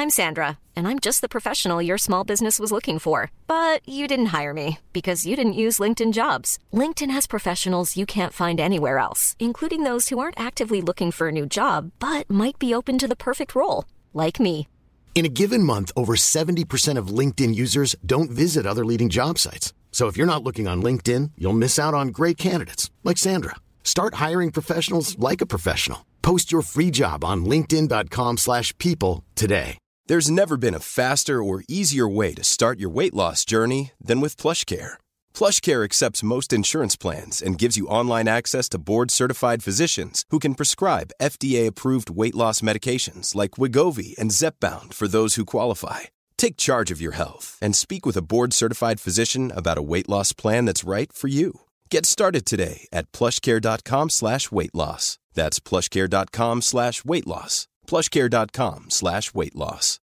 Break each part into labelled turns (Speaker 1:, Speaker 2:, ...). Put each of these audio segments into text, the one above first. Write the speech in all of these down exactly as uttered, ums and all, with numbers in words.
Speaker 1: I'm Sandra, and I'm just the professional your small business was looking for. But you didn't hire me because you didn't use LinkedIn Jobs. LinkedIn has professionals you can't find anywhere else, including those who aren't actively looking for a new job, but might be open to the perfect role, like me.
Speaker 2: In a given month, over seventy percent of LinkedIn users don't visit other leading job sites. So if you're not looking on LinkedIn, you'll miss out on great candidates like Sandra. Start hiring professionals like a professional. Post your free job on linkedin dot com slash people today.
Speaker 3: There's never been a faster or easier way to start your weight loss journey than with PlushCare. PlushCare accepts most insurance plans and gives you online access to board-certified physicians who can prescribe F D A-approved weight loss medications like Wegovy and Zepbound for those who qualify. Take charge of your health and speak with a board-certified physician about a weight loss plan that's right for you. Get started today at plushcare.com slash weight loss. That's plushcare.com slash weight loss. plushcare.com slash weight loss.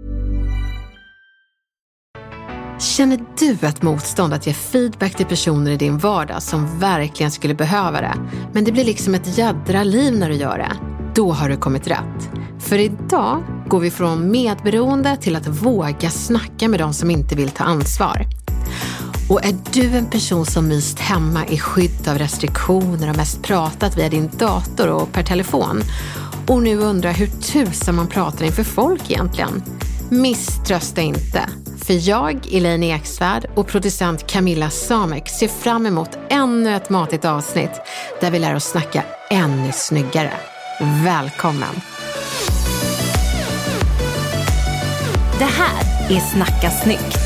Speaker 4: Känner du ett motstånd att ge feedback till personer i din vardag som verkligen skulle behöva det, men det blir liksom ett jädra liv när du gör det? Då har du kommit rätt. För idag går vi från medberoende till att våga snacka med de som inte vill ta ansvar. Och är du en person som myst hemma i skydd av restriktioner och mest pratat via din dator och per telefon och nu undrar hur tusan man pratar inför folk egentligen? Misströsta inte. För jag, Elaine Eksvärd och producent Camilla Samek ser fram emot ännu ett matigt avsnitt där vi lär oss snacka ännu snyggare. Välkommen!
Speaker 5: Det här är Snacka snyggt.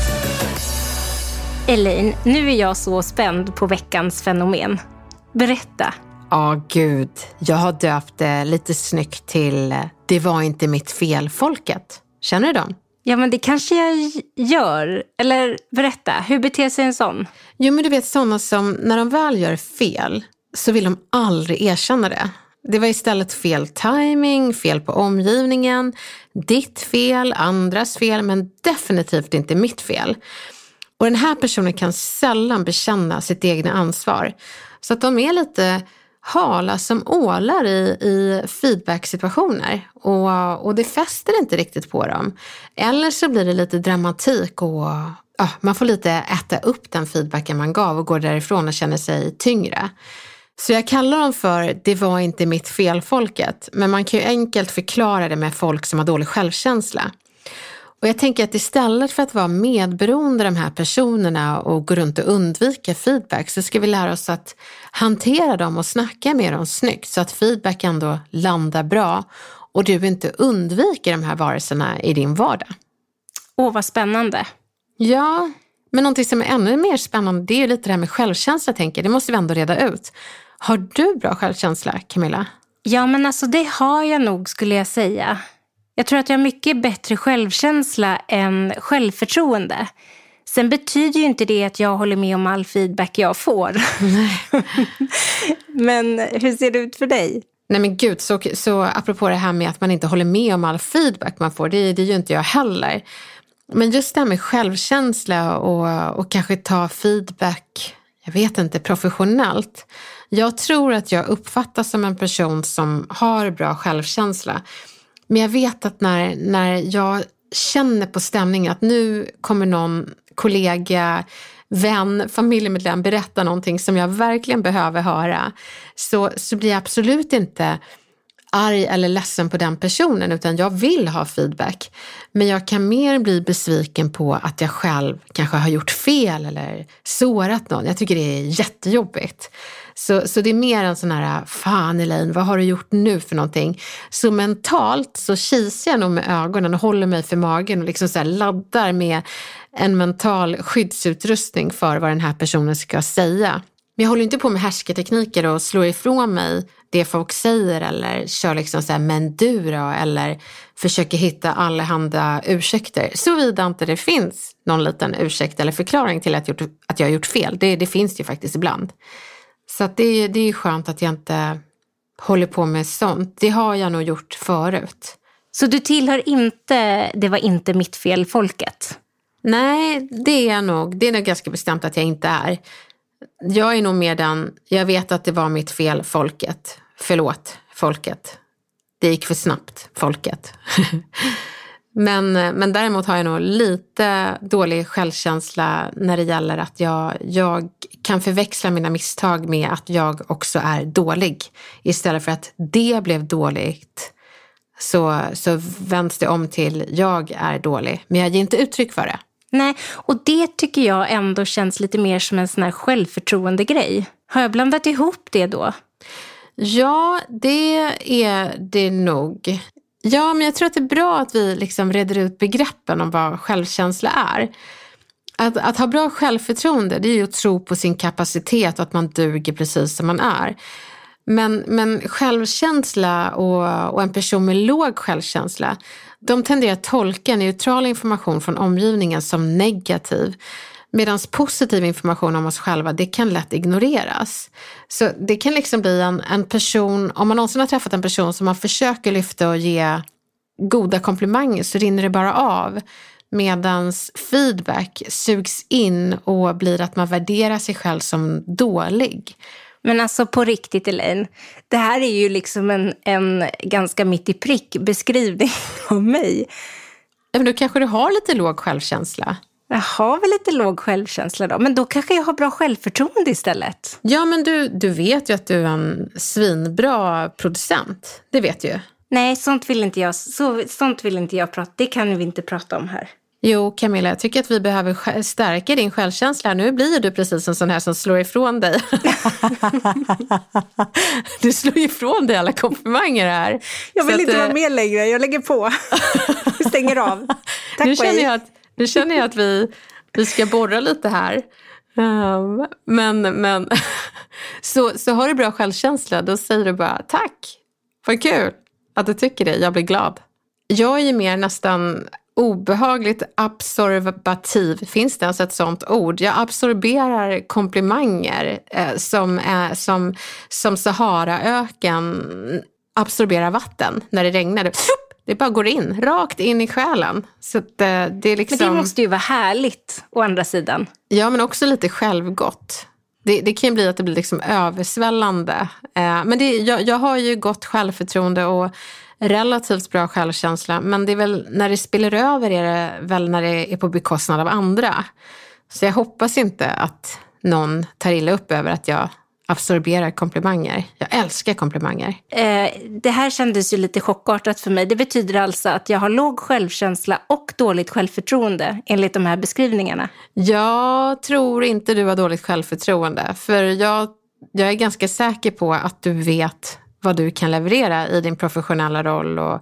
Speaker 5: Elaine, nu är jag så spänd på veckans fenomen. Berätta.
Speaker 4: Ja, oh, gud. Jag har döpt det lite snyggt till Det var inte mitt fel, folket. Känner du dem?
Speaker 5: Ja, men det kanske jag gör. Eller berätta, hur beter sig en sån?
Speaker 4: Jo, men du vet sådana som när de väl gör fel så vill de aldrig erkänna det. Det var istället fel timing, fel på omgivningen, ditt fel, andras fel, men definitivt inte mitt fel. Och den här personen kan sällan bekänna sitt egna ansvar. Så att de är lite hala som ålar i, i feedback-situationer. Och, och det fäster inte riktigt på dem. Eller så blir det lite dramatik och ja, man får lite äta upp den feedbacken man gav och går därifrån och känner sig tyngre. Så jag kallar dem för det var inte mitt fel, folket. Men man kan ju enkelt förklara det med folk som har dålig självkänsla. Och jag tänker att istället för att vara medberoende de här personerna och gå runt och undvika feedback så ska vi lära oss att hantera dem och snacka med dem snyggt så att feedback ändå landar bra och du inte undviker de här varelserna i din vardag.
Speaker 5: Åh, vad spännande.
Speaker 4: Ja, men någonting som är ännu mer spännande det är ju lite det här med självkänsla, tänker jag. Det måste vi ändå reda ut. Har du bra självkänsla, Camilla?
Speaker 5: Ja, men alltså det har jag nog, skulle jag säga. Jag tror att jag har mycket bättre självkänsla än självförtroende. Sen betyder ju inte det att jag håller med om all feedback jag får.
Speaker 4: Nej.
Speaker 5: Men hur ser det ut för dig?
Speaker 4: Nej men gud, så, så apropå det här med att man inte håller med om all feedback man får, det, det är ju inte jag heller. Men just det här med självkänsla och, och kanske ta feedback, jag vet inte, professionellt. Jag tror att jag uppfattas som en person som har bra självkänsla. Men jag vet att när, när jag känner på stämningen att nu kommer någon kollega, vän, familjemedlem berätta någonting som jag verkligen behöver höra, så, så blir jag absolut inte arg eller ledsen på den personen, utan jag vill ha feedback. Men jag kan mer bli besviken på att jag själv kanske har gjort fel eller sårat någon. Jag tycker det är jättejobbigt. Så, så det är mer en sån här, fan Elaine, vad har du gjort nu för någonting? Så mentalt så kisar jag nog med ögonen och håller mig för magen och liksom så här laddar med en mental skyddsutrustning för vad den här personen ska säga. Men jag håller inte på med härskartekniker och slår ifrån mig det folk säger eller kör liksom så här, men du då, eller försöker hitta allehanda ursäkter. Såvida inte det finns någon liten ursäkt eller förklaring till att, gjort, att jag har gjort fel. Det, det finns det ju faktiskt ibland. Så att det, det är skönt att jag inte håller på med sånt. Det har jag nog gjort förut.
Speaker 5: Så du tillhör inte, det var inte mitt fel, folket?
Speaker 4: Nej, det är jag nog. Det är nog ganska bestämt att jag inte är. Jag är nog med den, jag vet att det var mitt fel, folket. Förlåt, folket. Det gick för snabbt, folket. Men, men däremot har jag nog lite dålig självkänsla när det gäller att jag, jag kan förväxla mina misstag med att jag också är dålig. Istället för att det blev dåligt så, så vänds det om till jag är dålig. Men jag ger inte uttryck för det.
Speaker 5: Nej, och det tycker jag ändå känns lite mer som en sån här självförtroende grej. Har jag blandat ihop det då?
Speaker 4: Ja, det är det nog. Ja, men jag tror att det är bra att vi liksom reder ut begreppen om vad självkänsla är. Att, att ha bra självförtroende, det är ju att tro på sin kapacitet och att man duger precis som man är. Men, men självkänsla och, och en person med låg självkänsla, de tenderar att tolka neutral information från omgivningen som negativ. Medan positiv information om oss själva, det kan lätt ignoreras. Så det kan liksom bli en, en person, om man någonsin har träffat en person som man försöker lyfta och ge goda komplimanger så rinner det bara av. Medans feedback sugs in och blir att man värderar sig själv som dålig.
Speaker 5: Men alltså på riktigt, Elaine, det här är ju liksom en, en ganska mitt i prick beskrivning av mig.
Speaker 4: Men då kanske du har lite låg självkänsla.
Speaker 5: Jag har väl lite låg självkänsla då, men då kanske jag har bra självförtroende istället.
Speaker 4: Ja, men du, du vet ju att du är en svinbra producent. Det vet ju.
Speaker 5: Nej, sånt vill inte jag, så, sånt vill inte jag prata. Det kan vi inte prata om här.
Speaker 4: Jo, Camilla, jag tycker att vi behöver stärka din självkänsla. Nu blir du precis en sån här som slår ifrån dig. Du slår ifrån dig alla komplimanger här.
Speaker 5: Jag vill
Speaker 4: så
Speaker 5: inte
Speaker 4: att,
Speaker 5: vara med längre, jag lägger på. Vi stänger av. Tack.
Speaker 4: Nu känner jag att, nu känner jag att vi, vi ska borra lite här. Um, men men så, så har du bra självkänsla, då säger du bara tack. Vad kul att du tycker det, jag blir glad. Jag är ju mer nästan obehagligt absorbativ. Finns det ens ett sånt ord? Jag absorberar komplimanger eh, som, är, som, som Saharaöken absorberar vatten när det regnar. Det, det bara går in, rakt in i själen. Så att, eh, det är liksom...
Speaker 5: Men det måste ju vara härligt, å andra sidan.
Speaker 4: Ja, men också lite självgott. Det, det kan ju bli att det blir liksom översvällande. Eh, men det, jag, jag har ju gott självförtroende och relativt bra självkänsla, men det är väl när det spiller över är det väl när det är på bekostnad av andra. Så jag hoppas inte att någon tar illa upp över att jag absorberar komplimanger. Jag älskar komplimanger.
Speaker 5: Eh, det här kändes ju lite chockartat för mig. Det betyder alltså att jag har låg självkänsla och dåligt självförtroende enligt de här beskrivningarna.
Speaker 4: Jag tror inte du har dåligt självförtroende, för jag, jag är ganska säker på att du vet vad du kan leverera i din professionella roll och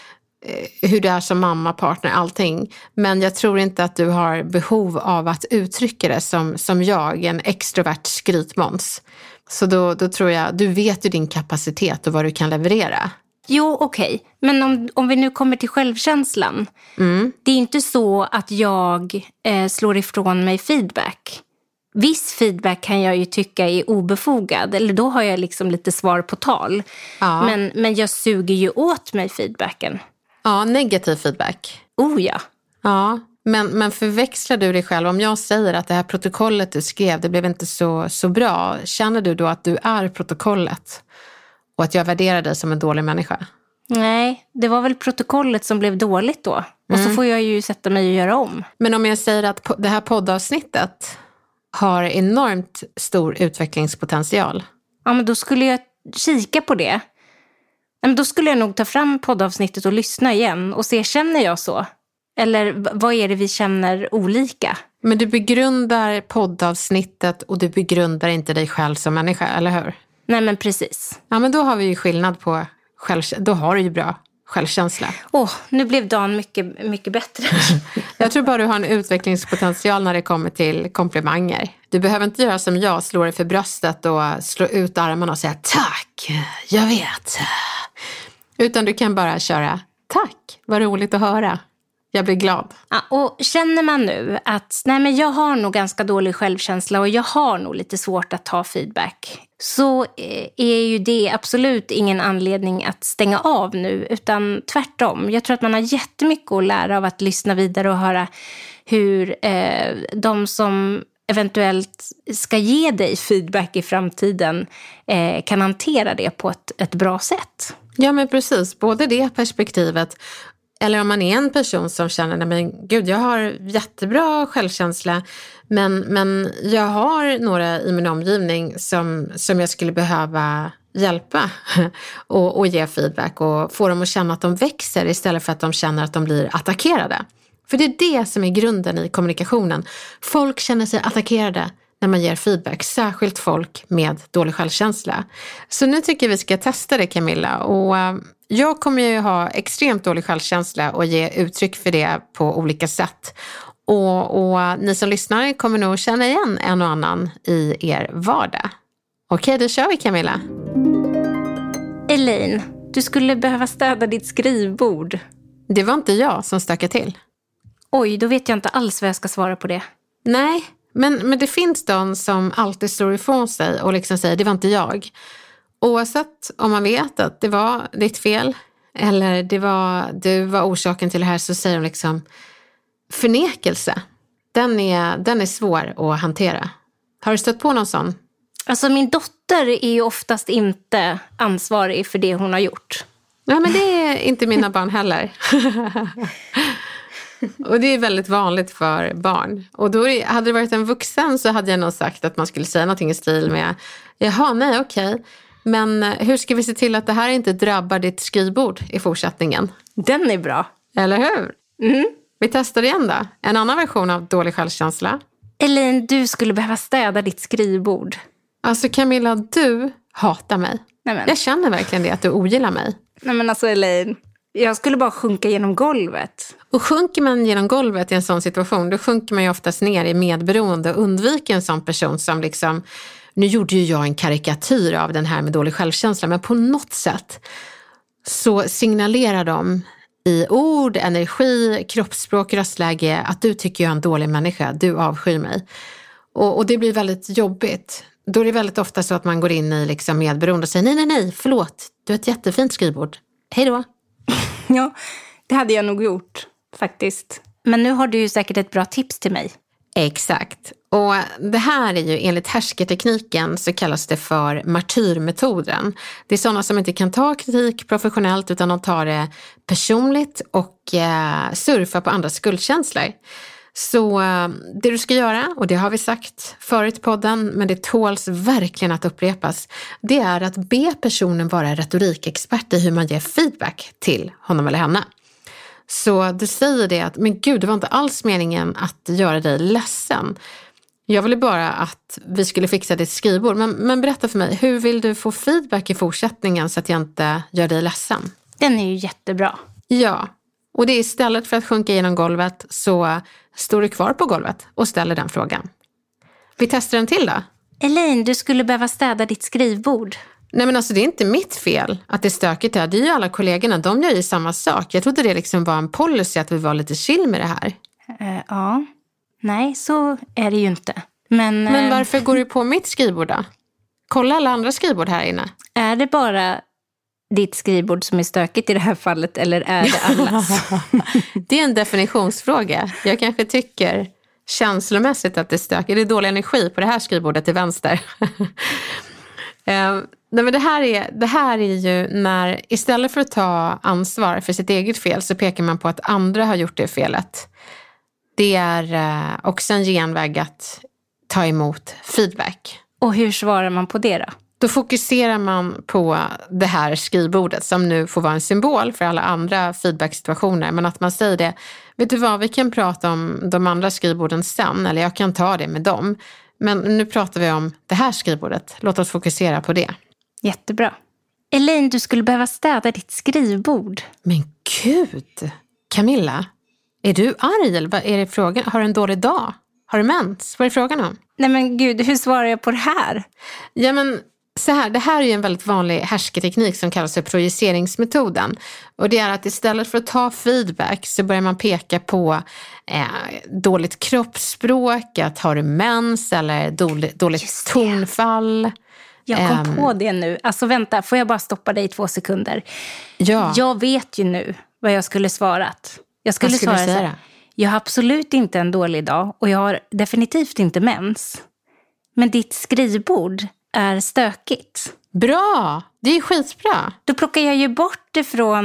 Speaker 4: eh, hur du är som mamma, partner, allting. Men jag tror inte att du har behov av att uttrycka det som, som jag, en extrovert skrytmåns. Så då, då tror jag, du vet ju din kapacitet och vad du kan leverera.
Speaker 5: Jo, okej. Okay. Men om, om vi nu kommer till självkänslan. Mm. Det är inte så att jag eh, slår ifrån mig feedback. Viss feedback kan jag ju tycka är obefogad. Eller då har jag liksom lite svar på tal. Ja. Men, men jag suger ju åt mig feedbacken.
Speaker 4: Ja, negativ feedback.
Speaker 5: Oh ja.
Speaker 4: Ja, men, men förväxlar du dig själv? Om jag säger att det här protokollet du skrev, det blev inte så, så bra. Känner du då att du är protokollet? Och att jag värderar dig som en dålig människa?
Speaker 5: Nej, det var väl protokollet som blev dåligt då. Och mm. så får jag ju sätta mig och göra om. Men
Speaker 4: om jag säger att det här poddavsnittet har enormt stor utvecklingspotential.
Speaker 5: Ja, men då skulle jag kika på det. Men då skulle jag nog ta fram poddavsnittet och lyssna igen och se, känner jag så? Eller vad är det vi känner olika?
Speaker 4: Men du begrundar poddavsnittet och du begrundar inte dig själv som människa, eller hur?
Speaker 5: Nej, men precis.
Speaker 4: Ja, men då har vi ju skillnad på självkänsla. Då har du ju bra självkänsla.
Speaker 5: Åh, oh, nu blev dagen mycket, mycket bättre.
Speaker 4: Jag tror bara du har en utvecklingspotential när det kommer till komplimanger. Du behöver inte göra som jag, slå dig för bröstet och slå ut armarna och säga tack, jag vet. Utan du kan bara köra tack, vad roligt att höra. Jag blir glad.
Speaker 5: Ja, och känner man nu att nej, men jag har nog ganska dålig självkänsla och jag har nog lite svårt att ta feedback, så är ju det absolut ingen anledning att stänga av nu, utan tvärtom. Jag tror att man har jättemycket att lära av att lyssna vidare och höra hur eh, de som eventuellt ska ge dig feedback i framtiden eh, kan hantera det på ett, ett bra sätt.
Speaker 4: Ja, men precis. Både det perspektivet Eller om man är en person som känner, nej men gud, jag har jättebra självkänsla, men, men jag har några i min omgivning som, som jag skulle behöva hjälpa och, och ge feedback och få dem att känna att de växer istället för att de känner att de blir attackerade. För det är det som är grunden i kommunikationen. Folk känner sig attackerade när man ger feedback, särskilt folk med dålig självkänsla. Så nu tycker vi ska testa det, Camilla, och jag kommer ju ha extremt dålig självkänsla och ge uttryck för det på olika sätt. Och, och ni som lyssnar kommer nog känna igen en och annan i er vardag. Okej, då kör vi, Camilla.
Speaker 5: Elaine, du skulle behöva städa ditt skrivbord.
Speaker 4: Det var inte jag som stökade till.
Speaker 5: Oj, då vet jag inte alls vad jag ska svara på det.
Speaker 4: Nej, men, men det finns de som alltid slår ifrån sig och liksom säger, det var inte jag. Oavsett om man vet att det var ditt fel eller det var, det var orsaken till det här, så säger de liksom förnekelse. Den är, den är svår att hantera. Har du stött på någon sån?
Speaker 5: Alltså min dotter är ju oftast inte ansvarig för det hon har gjort.
Speaker 4: Ja, men det är inte mina barn heller. Och det är väldigt vanligt för barn. Och då hade det varit en vuxen så hade jag nog sagt att man skulle säga någonting i stil med, jaha, nej, okej. Okay. Men hur ska vi se till att det här inte drabbar ditt skrivbord i fortsättningen?
Speaker 5: Den är bra.
Speaker 4: Eller hur?
Speaker 5: Mm.
Speaker 4: Vi testar igen då. En annan version av dålig självkänsla.
Speaker 5: Elaine, du skulle behöva städa ditt skrivbord.
Speaker 4: Alltså Camilla, du hatar mig.
Speaker 5: Nämen.
Speaker 4: Jag känner verkligen det, att du ogillar mig.
Speaker 5: Nej men alltså Elaine, jag skulle bara sjunka genom golvet.
Speaker 4: Och sjunker man genom golvet i en sån situation, då sjunker man ju oftast ner i medberoende och undviker en sån person som liksom, nu gjorde ju jag en karikatyr av den här med dålig självkänsla, men på något sätt så signalerar de i ord, energi, kroppsspråk, röstläge att du tycker jag är en dålig människa, du avskyr mig. Och, och det blir väldigt jobbigt. Då är det väldigt ofta så att man går in i liksom medberoende och säger nej, nej, nej, förlåt, du har ett jättefint skrivbord. Hej då.
Speaker 5: Ja, det hade jag nog gjort faktiskt. Men nu har du ju säkert ett bra tips till mig.
Speaker 4: Exakt. Och det här är ju enligt härskartekniken så kallas det för martyrmetoden. Det är sådana som inte kan ta kritik professionellt utan de tar det personligt och eh, surfar på andras skuldkänslor. Så det du ska göra, och det har vi sagt förut i podden, men det tåls verkligen att upprepas, det är att be personen vara retorikexpert i hur man ger feedback till honom eller henne. Så du säger det att, men gud, det var inte alls meningen att göra dig ledsen. Jag ville bara att vi skulle fixa ditt skrivbord, men, men berätta för mig, hur vill du få feedback i fortsättningen så att jag inte gör dig ledsen?
Speaker 5: Den är ju jättebra.
Speaker 4: Ja, och det är istället för att sjunka genom golvet så står du kvar på golvet och ställer den frågan. Vi testar den till då.
Speaker 5: Elaine, du skulle behöva städa ditt skrivbord.
Speaker 4: Nej men alltså det är inte mitt fel att det är stökigt här. Det är ju alla kollegorna, de gör ju samma sak. Jag trodde det liksom var en policy att vi var lite chill med det här.
Speaker 5: Uh, ja, nej så är det ju inte. Men,
Speaker 4: men
Speaker 5: uh,
Speaker 4: varför går du på mitt skrivbord då? Kolla alla andra skrivbord här inne.
Speaker 5: Är det bara ditt skrivbord som är stökigt i det här fallet eller är det allas?
Speaker 4: Det är en definitionsfråga. Jag kanske tycker känslomässigt att det är stökigt. Det är dålig energi på det här skrivbordet till vänster. uh, nej, men det, här är, det här är ju när istället för att ta ansvar för sitt eget fel så pekar man på att andra har gjort det felet. Det är uh, också en genväg att ta emot feedback.
Speaker 5: Och hur svarar man på det då?
Speaker 4: Då fokuserar man på det här skrivbordet som nu får vara en symbol för alla andra feedbacksituationer. Men att man säger det, vet du vad, vi kan prata om de andra skrivborden sen, eller jag kan ta det med dem. Men nu pratar vi om det här skrivbordet, låt oss fokusera på det.
Speaker 5: Jättebra. Elaine, du skulle behöva städa ditt skrivbord.
Speaker 4: Men gud, Camilla, är du arg eller vad är det frågan? Har du en dålig dag? Har du mens? Vad är frågan om?
Speaker 5: Nej men gud, hur svarar jag på det här?
Speaker 4: Ja men så här, det här är ju en väldigt vanlig härskarteknik som kallas för projiceringsmetoden. Och det är att istället för att ta feedback så börjar man peka på eh, dåligt kroppsspråk, att har du mens eller dåligt, dåligt tonfall.
Speaker 5: Jag kom
Speaker 4: um,
Speaker 5: på det nu. Alltså vänta, får jag bara stoppa dig i två sekunder?
Speaker 4: Ja.
Speaker 5: Jag vet ju nu vad jag skulle svarat. Jag skulle,
Speaker 4: vad skulle
Speaker 5: svara
Speaker 4: du säga?
Speaker 5: Så här, jag har absolut inte en dålig dag och jag har definitivt inte mens. Men ditt skrivbord är stökigt.
Speaker 4: Bra, det är skitbra.
Speaker 5: Då plockar jag ju bort det från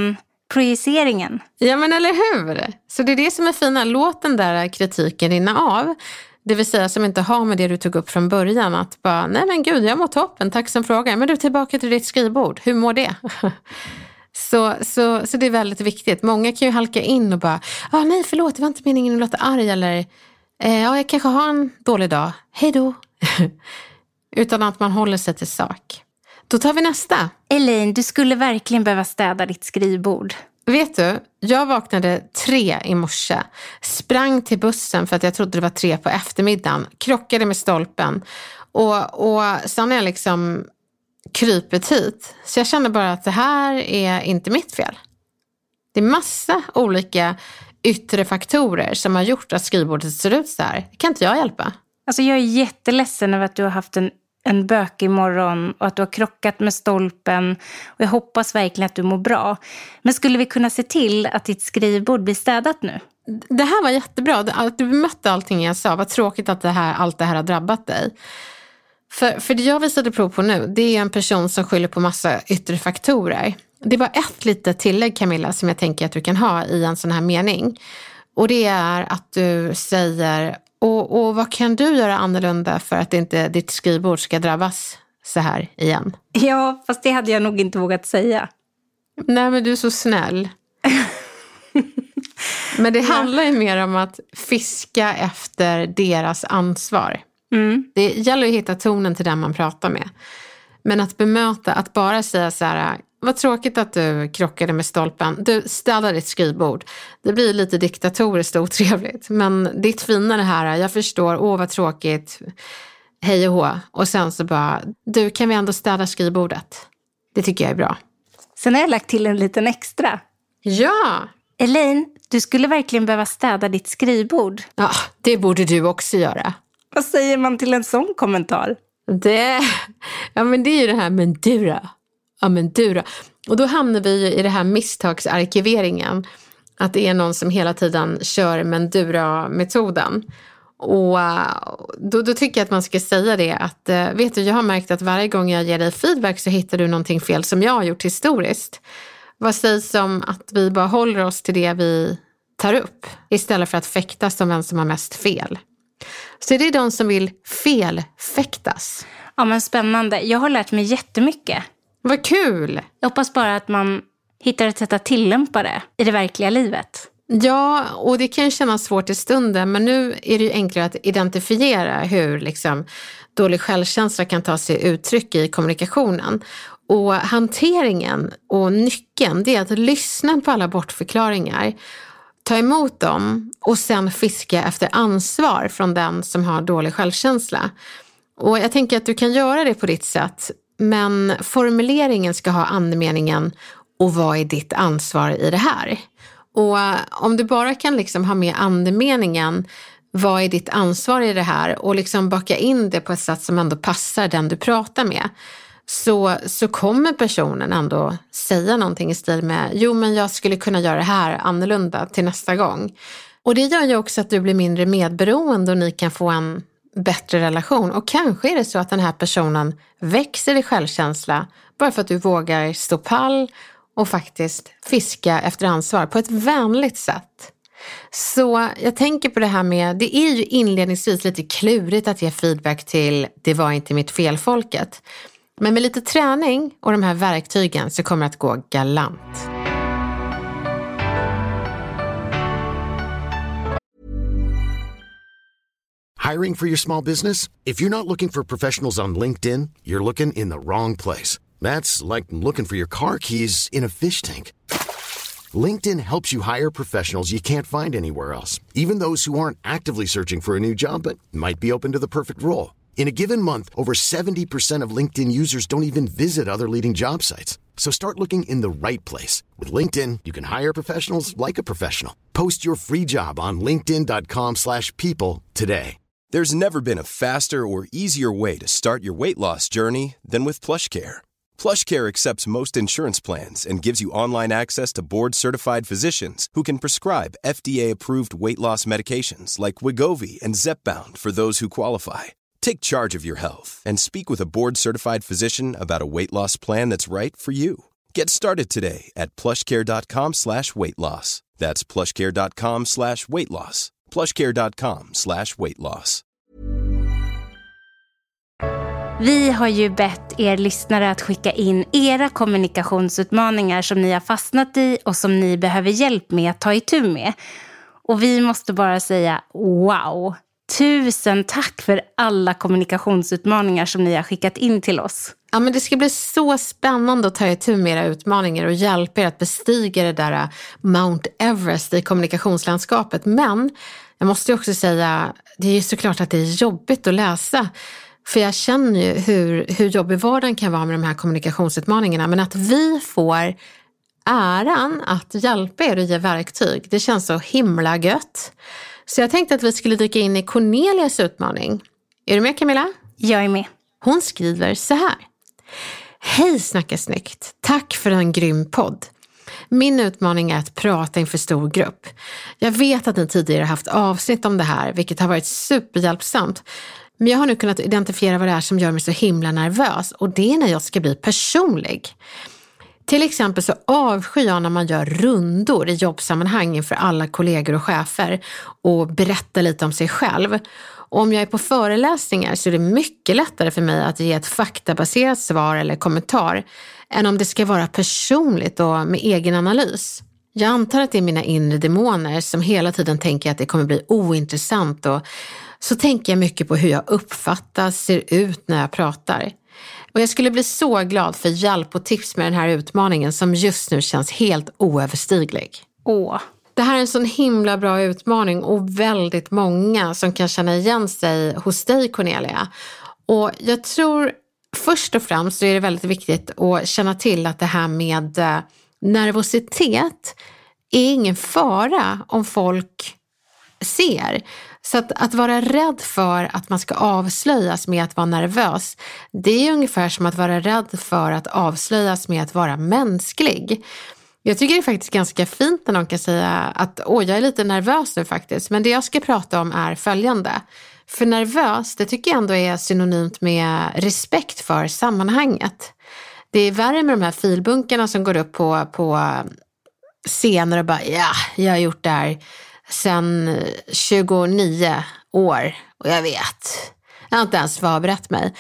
Speaker 5: projiceringen.
Speaker 4: Ja, men eller hur? Så det är det som är fina. Låt den där kritiken rinna av. Det vill säga som inte har med det du tog upp från början. Att bara, nej men gud, jag mår toppen, tack som frågar. Men du, tillbaka till ditt skrivbord. Hur mår det? så, så, så det är väldigt viktigt. Många kan ju halka in och bara, ah, nej förlåt, det var inte meningen att låta arg. Eller, eh, ja, jag kanske har en dålig dag. Hej då. Utan att man håller sig till sak. Då tar vi nästa.
Speaker 5: Elaine, du skulle verkligen behöva städa ditt skrivbord.
Speaker 4: Vet du, jag vaknade tre i morse. Sprang till bussen för att jag trodde det var tre på eftermiddagen. Krockade med stolpen. Och, och sen har jag liksom krypit hit. Så jag känner bara att det här är inte mitt fel. Det är massa olika yttre faktorer som har gjort att skrivbordet ser ut så här. Det kan inte jag hjälpa.
Speaker 5: Alltså jag är jätteledsen över att du har haft en, en bökig morgon och att du har krockat med stolpen. Och jag hoppas verkligen att du mår bra. Men skulle vi kunna se till att ditt skrivbord blir städat nu?
Speaker 4: Det här var jättebra. Att du bemötte allting jag sa. Vad tråkigt att det här, allt det här har drabbat dig. För, för det jag visade prov på nu, det är en person som skyller på massa yttre faktorer. Det var ett litet tillägg, Camilla, som jag tänker att du kan ha i en sån här mening. Och det är att du säger, och, och vad kan du göra annorlunda för att inte ditt skrivbord ska drabbas så här igen?
Speaker 5: Ja, fast det hade jag nog inte vågat säga.
Speaker 4: Nej, men du är så snäll. Men det handlar ju mer om att fiska efter deras ansvar. Mm. Det gäller att hitta tonen till den man pratar med. Men att bemöta, att bara säga så här, vad tråkigt att du krockade med stolpen. Du, ställer ditt skrivbord. Det blir lite diktatoriskt och otrevligt. Men ditt fina det här, jag förstår, åh vad tråkigt. Hej och hå. Och sen så bara, du, kan vi ändå städa skrivbordet? Det tycker jag är bra.
Speaker 5: Sen har jag lagt till en liten extra.
Speaker 4: Ja!
Speaker 5: Elaine, du skulle verkligen behöva städa ditt skrivbord.
Speaker 4: Ja, det borde du också göra.
Speaker 5: Vad säger man till en sån kommentar?
Speaker 4: Det, ja men det är ju det här, men du då? Ja men du då? Och då hamnar vi ju i det här misstagsarkiveringen. Att det är någon som hela tiden kör men du då-metoden. Och då, då tycker jag att man ska säga det att, vet du, jag har märkt att varje gång jag ger dig feedback så hittar du någonting fel som jag har gjort historiskt. Vad sägs om att vi bara håller oss till det vi tar upp istället för att fäktas om vem som har mest fel? Så det är de som vill felfäktas.
Speaker 5: Ja, men spännande. Jag har lärt mig jättemycket.
Speaker 4: Vad kul!
Speaker 5: Jag hoppas bara att man hittar ett sätt att tillämpa det i det verkliga livet.
Speaker 4: Ja, och det kan kännas svårt i stunden, men nu är det ju enklare att identifiera hur liksom, dålig självkänsla kan ta sig uttryck i kommunikationen. Och hanteringen och nyckeln, det är att lyssna på alla bortförklaringar, ta emot dem och sen fiska efter ansvar från den som har dålig självkänsla. Och jag tänker att du kan göra det på ditt sätt, men formuleringen ska ha andemeningen och vad är ditt ansvar i det här? Och om du bara kan liksom ha med andemeningen, vad är ditt ansvar i det här? Och liksom baka in det på ett sätt som ändå passar den du pratar med. Så, så kommer personen ändå säga någonting i stil med, jo men jag skulle kunna göra det här annorlunda till nästa gång. Och det gör ju också att du blir mindre medberoende och ni kan få en bättre relation. Och kanske är det så att den här personen växer i självkänsla bara för att du vågar stå pall och faktiskt fiska efter ansvar på ett vänligt sätt. Så jag tänker på det här med, det är ju inledningsvis lite klurigt att ge feedback till det var inte mitt fel-folket. Men med lite träning och de här verktygen så kommer det att gå galant.
Speaker 2: Hiring for your small business? If you're not looking for professionals on LinkedIn, you're looking in the wrong place. That's like looking for your car keys in a fish tank. LinkedIn helps you hire professionals you can't find anywhere else, even those who aren't actively searching for a new job but might be open to the perfect role. In a given month, over seventy percent of LinkedIn users don't even visit other leading job sites. So start looking in the right place. With LinkedIn, you can hire professionals like a professional. Post your free job on linkedin dot com slash people today.
Speaker 3: There's never been a faster or easier way to start your weight loss journey than with PlushCare. PlushCare accepts most insurance plans and gives you online access to board-certified physicians who can prescribe F D A-approved weight loss medications like Wegovy and Zepbound for those who qualify. Take charge of your health and speak with a board-certified physician about a weight loss plan that's right for you. Get started today at plushcare.com slash weight loss. That's plushcare.com slash weight loss. plushcare.com slash weight loss.
Speaker 5: Vi har ju bett er lyssnare att skicka in era kommunikationsutmaningar som ni har fastnat i och som ni behöver hjälp med att ta itu med. Och vi måste bara säga wow! Tusen tack för alla kommunikationsutmaningar som ni har skickat in till oss.
Speaker 4: Ja, men det ska bli så spännande att ta itu med era utmaningar och hjälpa er att bestiga det där Mount Everest i kommunikationslandskapet. Men jag måste också säga, det är ju såklart att det är jobbigt att läsa. För jag känner ju hur, hur jobbig vardagen kan vara med de här kommunikationsutmaningarna. Men att vi får äran att hjälpa er och ge verktyg, det känns så himla gött. Så jag tänkte att vi skulle dyka in i Cornelias utmaning. Är du med, Camilla?
Speaker 5: Jag är med.
Speaker 4: Hon skriver så här. Hej Snacka snyggt, tack för en grym podd. Min utmaning är att prata inför stor grupp. Jag vet att ni tidigare haft avsnitt om det här, vilket har varit superhjälpsamt. Men jag har nu kunnat identifiera vad det är som gör mig så himla nervös, och det är när jag ska bli personlig. Till exempel så avskyr jag när man gör rundor i jobbsammanhang inför alla kollegor och chefer och berättar lite om sig själv. Och om jag är på föreläsningar så är det mycket lättare för mig att ge ett faktabaserat svar eller kommentar än om det ska vara personligt och med egen analys. Jag antar att det är mina inre demoner som hela tiden tänker att det kommer bli ointressant, och så tänker jag mycket på hur jag uppfattas, ser ut när jag pratar. Och jag skulle bli så glad för hjälp och tips med den här utmaningen som just nu känns helt oöverstiglig.
Speaker 5: Åh.
Speaker 4: Det här är en sån himla bra utmaning och väldigt många som kan känna igen sig hos dig, Cornelia. Och jag tror först och främst så är det väldigt viktigt att känna till att det här med nervositet är ingen fara om folk ser. Så att, att vara rädd för att man ska avslöjas med att vara nervös, det är ungefär som att vara rädd för att avslöjas med att vara mänsklig. Jag tycker det är faktiskt ganska fint när någon kan säga att åh, jag är lite nervös nu faktiskt. Men det jag ska prata om är följande. För nervös, det tycker jag ändå är synonymt med respekt för sammanhanget. Det är värre med de här filbunkarna som går upp på, på scener och bara ja, jag har gjort det här sedan tjugonio år och jag vet. Jag har inte ens förberett mig.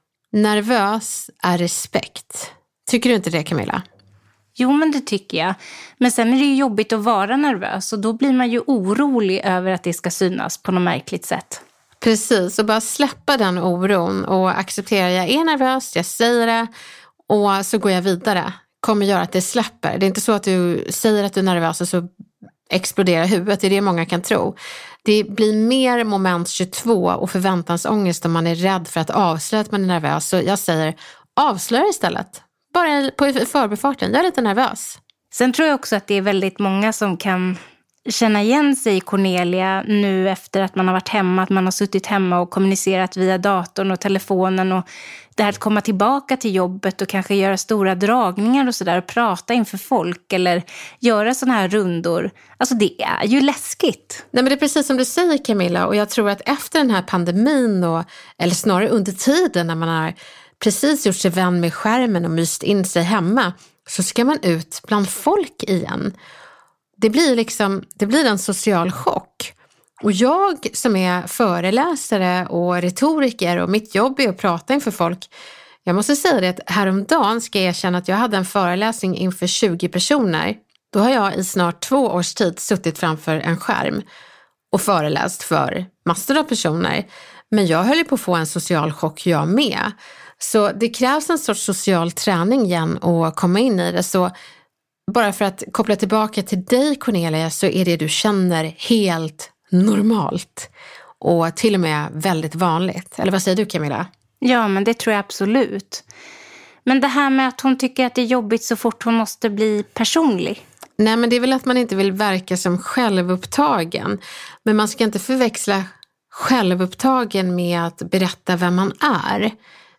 Speaker 4: Nervös är respekt. Tycker du inte det, Camilla?
Speaker 5: Jo, men det tycker jag. Men sen är det ju jobbigt att vara nervös och då blir man ju orolig över att det ska synas på något märkligt sätt.
Speaker 4: Precis, och bara släppa den oron och acceptera jag är nervös, jag säger det och så går jag vidare. Kommer göra att det släpper. Det är inte så att du säger att du är nervös och så exploderar huvudet, det är det många kan tro. Det blir mer moment tjugotvå och förväntansångest om man är rädd för att avslöja att man är nervös. Så jag säger, avslöja istället. Bara på förbifarten, jag är lite nervös.
Speaker 5: Sen tror jag också att det är väldigt många som kan känna igen sig i Cornelia nu efter att man har varit hemma, att man har suttit hemma och kommunicerat via datorn och telefonen, och det här att komma tillbaka till jobbet och kanske göra stora dragningar och sådär och prata inför folk eller göra såna här rundor. Alltså det är ju läskigt.
Speaker 4: Nej, men det är precis som du säger, Camilla, och jag tror att efter den här pandemin och, eller snarare under tiden när man har precis gjort sig vän med skärmen och myst in sig hemma, så ska man ut bland folk igen. Det blir liksom, det blir en social chock. Och jag som är föreläsare och retoriker och mitt jobb är att prata inför folk. Jag måste säga det att häromdagen ska jag erkänna att jag hade en föreläsning inför tjugo personer. Då har jag i snart två års tid suttit framför en skärm och föreläst för massor av personer. Men jag höll på att få en social chock jag med. Så det krävs en sorts social träning igen och komma in i det. Så bara för att koppla tillbaka till dig, Cornelia, så är det du känner helt normalt. Och till och med väldigt vanligt. Eller vad säger du, Camilla?
Speaker 5: Ja, men det tror jag absolut. Men det här med att hon tycker att det är jobbigt så fort hon måste bli personlig.
Speaker 4: Nej, men det är väl att man inte vill verka som självupptagen. Men man ska inte förväxla självupptagen med att berätta vem man är.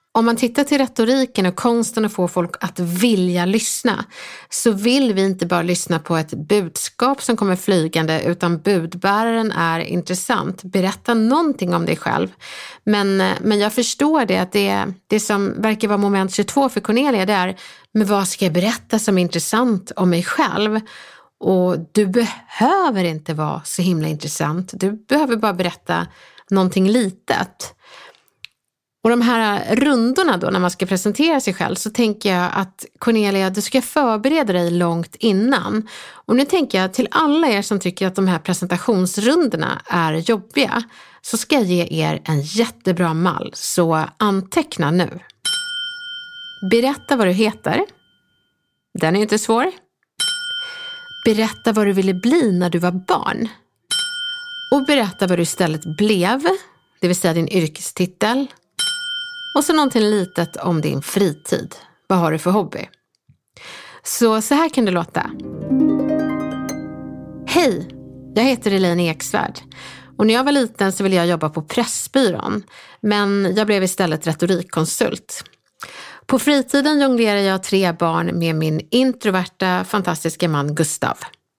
Speaker 4: Om man tittar till retoriken och konsten att få folk att vilja lyssna, så vill vi inte bara lyssna på ett budskap som kommer flygande, utan budbäraren är intressant. Berätta någonting om dig själv. Men, men jag förstår det, att det, det som verkar vara moment tjugotvå för Cornelia, det är, men vad ska jag berätta som är intressant om mig själv? Och du behöver inte vara så himla intressant. Du behöver bara berätta någonting litet. Och de här rundorna då, när man ska presentera sig själv, så tänker jag att Cornelia, du ska förbereda dig långt innan. Och nu tänker jag till alla er som tycker att de här presentationsrundorna är jobbiga, så ska jag ge er en jättebra mall. Så anteckna nu. Berätta vad du heter. Den är inte svår. Berätta vad du ville bli när du var barn. Och berätta vad du istället blev, det vill säga din yrkestitel. Och så någonting litet om din fritid. Vad har du för hobby? Så så här kan det låta. Hej, jag heter Elaine Eksvärd. Och när jag var liten så ville jag jobba på Pressbyrån. Men jag blev istället retorikkonsult. På fritiden jonglerar jag tre barn med min introverta, fantastiska man Gustav.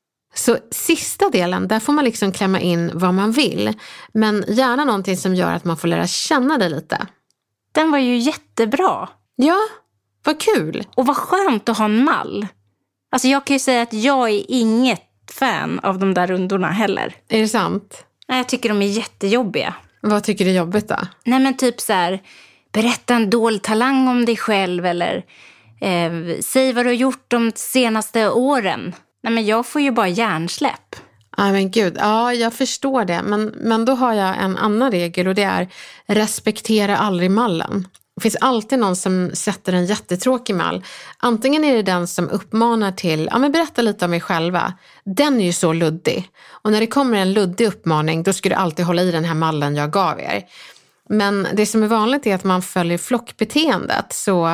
Speaker 4: Så sista delen, där får man liksom klämma in vad man vill. Men gärna någonting som gör att man får lära känna det lite.
Speaker 5: Den var ju jättebra.
Speaker 4: Ja, vad kul.
Speaker 5: Och vad skönt att ha en mall. Alltså jag kan ju säga att jag är inget fan av de där rundorna heller.
Speaker 4: Är det sant?
Speaker 5: Nej, jag tycker de är jättejobbiga.
Speaker 4: Vad tycker du är jobbigt då?
Speaker 5: Nej, men typ så här, berätta en dold talang om dig själv, eller eh, säg vad du har gjort de senaste åren. Nej, men jag får ju bara hjärnsläpp.
Speaker 4: Nej, men gud, ja, jag förstår det. Men, men då har jag en annan regel, och det är respektera aldrig mallen. Det finns alltid någon som sätter en jättetråkig mall. Antingen är det den som uppmanar till, ja men berätta lite om mig själva. Den är ju så luddig. Och när det kommer en luddig uppmaning, då ska du alltid hålla i den här mallen jag gav er. Men det som är vanligt är att man följer flockbeteendet. Så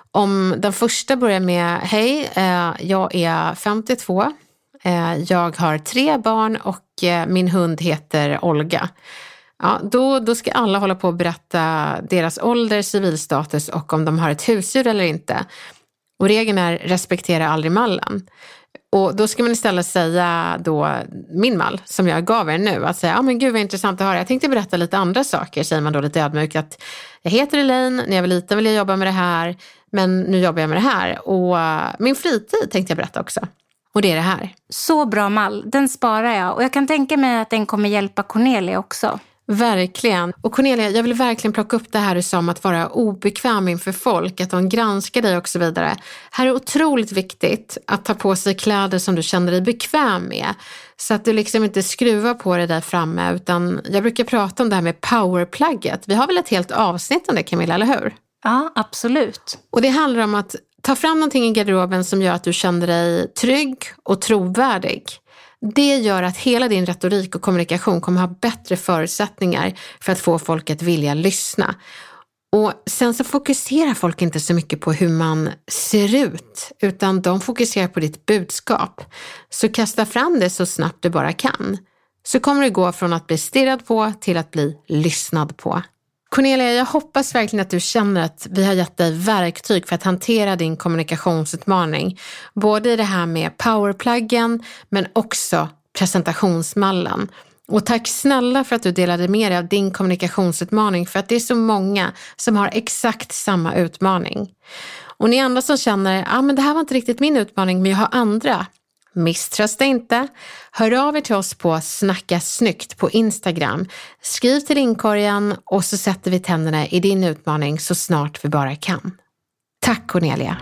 Speaker 4: om den första börjar med, hej, eh, jag är femtiotvå. Eh, jag har tre barn och eh, min hund heter Olga. Ja, då, då ska alla hålla på att berätta deras ålder, civilstatus och om de har ett husdjur eller inte. Och regeln är respektera aldrig mallen. Och då ska man istället säga då min mall som jag gav er nu. Att säga, ja men gud vad intressant att höra. Jag tänkte berätta lite andra saker, säger man då lite ödmjukt. Att jag heter Elaine, när jag var liten ville jag jobba med det här. Men nu jobbar jag med det här. Och min fritid tänkte jag berätta också. Och det är det här.
Speaker 5: Så bra mall, den sparar jag. Och jag kan tänka mig att den kommer hjälpa Cornelia också.
Speaker 4: Verkligen. Och Cornelia, jag vill verkligen plocka upp det här du sa om att vara obekväm inför folk, att de granskar dig och så vidare. Här är otroligt viktigt att ta på sig kläder som du känner dig bekväm med. Så att du liksom inte skruvar på det där framme, utan jag brukar prata om det här med powerplugget. Vi har väl ett helt avsnitt om det, Camilla, eller hur?
Speaker 5: Ja, absolut.
Speaker 4: Och det handlar om att ta fram någonting i garderoben som gör att du känner dig trygg och trovärdig. Det gör att hela din retorik och kommunikation kommer ha bättre förutsättningar för att få folk att vilja lyssna. Och sen så fokuserar folk inte så mycket på hur man ser ut, utan de fokuserar på ditt budskap. Så kasta fram det så snabbt du bara kan. Så kommer det gå från att bli stirrad på till att bli lyssnad på. Cornelia, jag hoppas verkligen att du känner att vi har gett dig verktyg för att hantera din kommunikationsutmaning. Både i det här med powerpluggen men också presentationsmallen. Och tack snälla för att du delade med dig av din kommunikationsutmaning, för att det är så många som har exakt samma utmaning. Och ni andra som känner, ja ah, men det här var inte riktigt min utmaning men jag har andra. Misströsta inte. Hör av er till oss på Snacka Snyggt på Instagram. Skriv till inkorgen och så sätter vi tänderna i din utmaning så snart vi bara kan. Tack Cornelia.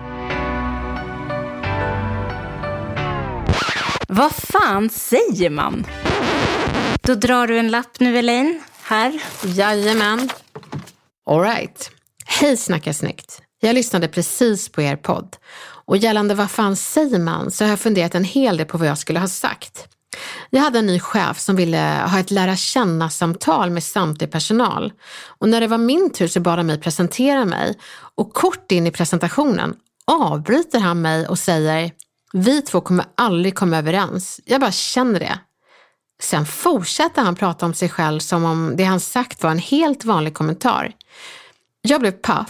Speaker 5: Vad fan säger man? Då drar du en lapp nu, Elaine. Här.
Speaker 4: Jajamän. All right. Hej Snacka Snyggt. Jag lyssnade precis på er podd. Och gällande vad fan säger man så har jag funderat en hel del på vad jag skulle ha sagt. Jag hade en ny chef som ville ha ett lära känna-samtal med samtlig personal. Och när det var min tur så bad han mig presentera mig. Och kort in i presentationen avbryter han mig och säger: vi två kommer aldrig komma överens. Jag bara känner det. Sen fortsätter han prata om sig själv som om det han sagt var en helt vanlig kommentar. Jag blev paff.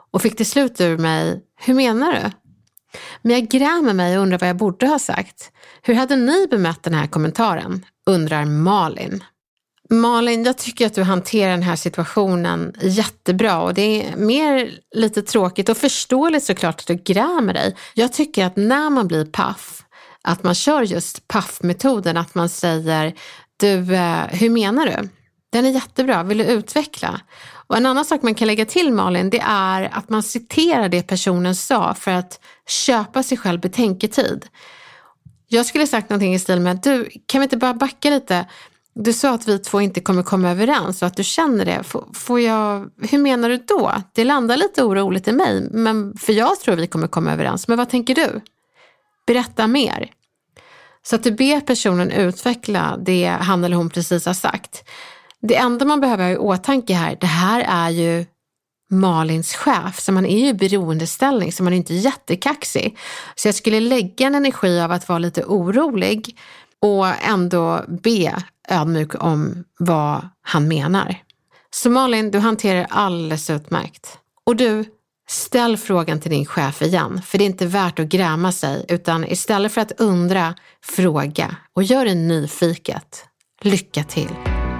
Speaker 4: och fick till slut ur mig, hur menar du? Men jag grämer mig och undrar vad jag borde ha sagt. Hur hade ni bemött den här kommentaren? Undrar Malin. Malin, jag tycker att du hanterar den här situationen jättebra och det är mer lite tråkigt och förståeligt såklart att du grämer dig. Jag tycker att när man blir paff, att man kör just paff-metoden, att man säger, du, hur menar du? Den är jättebra, vill du utveckla? Och en annan sak man kan lägga till, Malin, det är att man citerar det personen sa för att köpa sig själv betänketid. Jag skulle sagt någonting i stil med, du, kan vi inte bara backa lite? Du sa att vi två inte kommer komma överens och att du känner det. F- får jag, hur menar du då? Det landar lite oroligt i mig, men för jag tror vi kommer komma överens. Men vad tänker du? Berätta mer. Så att du ber personen utveckla det han eller hon precis har sagt. Det enda man behöver ha i åtanke här, det här är ju Malins chef, så man är ju i beroendeställning, så man är inte jättekaxig. Så jag skulle lägga en energi av att vara lite orolig och ändå be ödmjuk om vad han menar. Så Malin, du hanterar alldeles utmärkt. Och du, ställ frågan till din chef igen, för det är inte värt att gräma sig, utan istället för att undra, fråga och gör det nyfiket. Lycka till!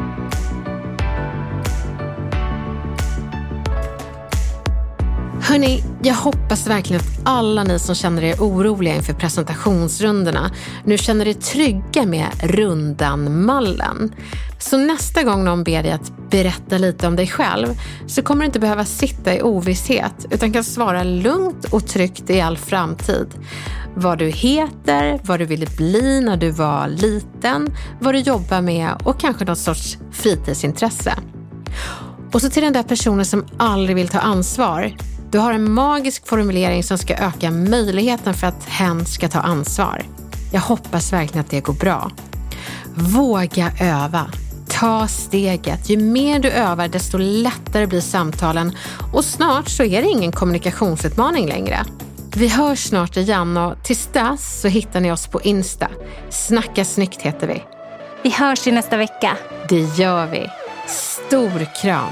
Speaker 4: Hörrni, jag hoppas verkligen att alla ni som känner er oroliga inför presentationsrundorna nu känner er trygga med rundan-mallen. Så nästa gång någon ber dig att berätta lite om dig själv så kommer du inte behöva sitta i ovisshet utan kan svara lugnt och tryggt i all framtid. Vad du heter, vad du ville bli när du var liten, vad du jobbar med och kanske något sorts fritidsintresse. Och så till den där personen som aldrig vill ta ansvar. Du har en magisk formulering som ska öka möjligheten för att hen ska ta ansvar. Jag hoppas verkligen att det går bra. Våga öva. Ta steget. Ju mer du övar, desto lättare blir samtalen. Och snart så är det ingen kommunikationsutmaning längre. Vi hörs snart igen och tills dess så hittar ni oss på Insta. Snacka snyggt heter vi.
Speaker 5: Vi hörs i nästa vecka.
Speaker 4: Det gör vi. Stor kram.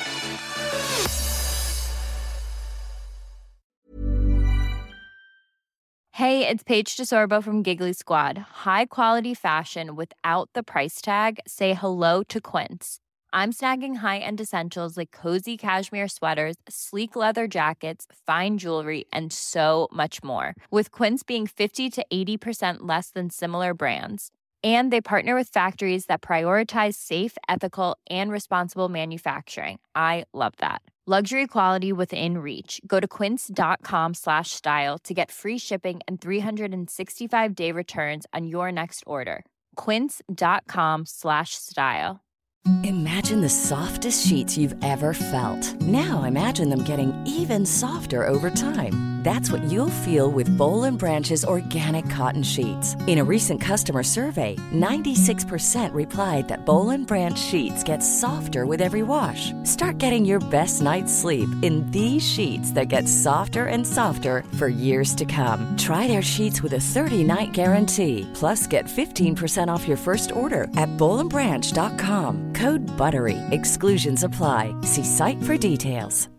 Speaker 6: Hey, it's Paige DeSorbo from Giggly Squad. High quality fashion without the price tag. Say hello to Quince. I'm snagging high-end essentials like cozy cashmere sweaters, sleek leather jackets, fine jewelry, and so much more. With Quince being fifty to eighty percent less than similar brands. And they partner with factories that prioritize safe, ethical, and responsible manufacturing. I love that. Luxury quality within reach. Go to quince.com slash style to get free shipping and three sixty-five day returns on your next order. Quince.com slash style.
Speaker 7: Imagine the softest sheets you've ever felt. Now imagine them getting even softer over time. That's what you'll feel with Boll and Branch's organic cotton sheets. In a recent customer survey, ninety-six percent replied that Boll and Branch sheets get softer with every wash. Start getting your best night's sleep in these sheets that get softer and softer for years to come. Try their sheets with a thirty-night guarantee. Plus, get fifteen percent off your first order at boll and branch dot com. Code BUTTERY. Exclusions apply. See site for details.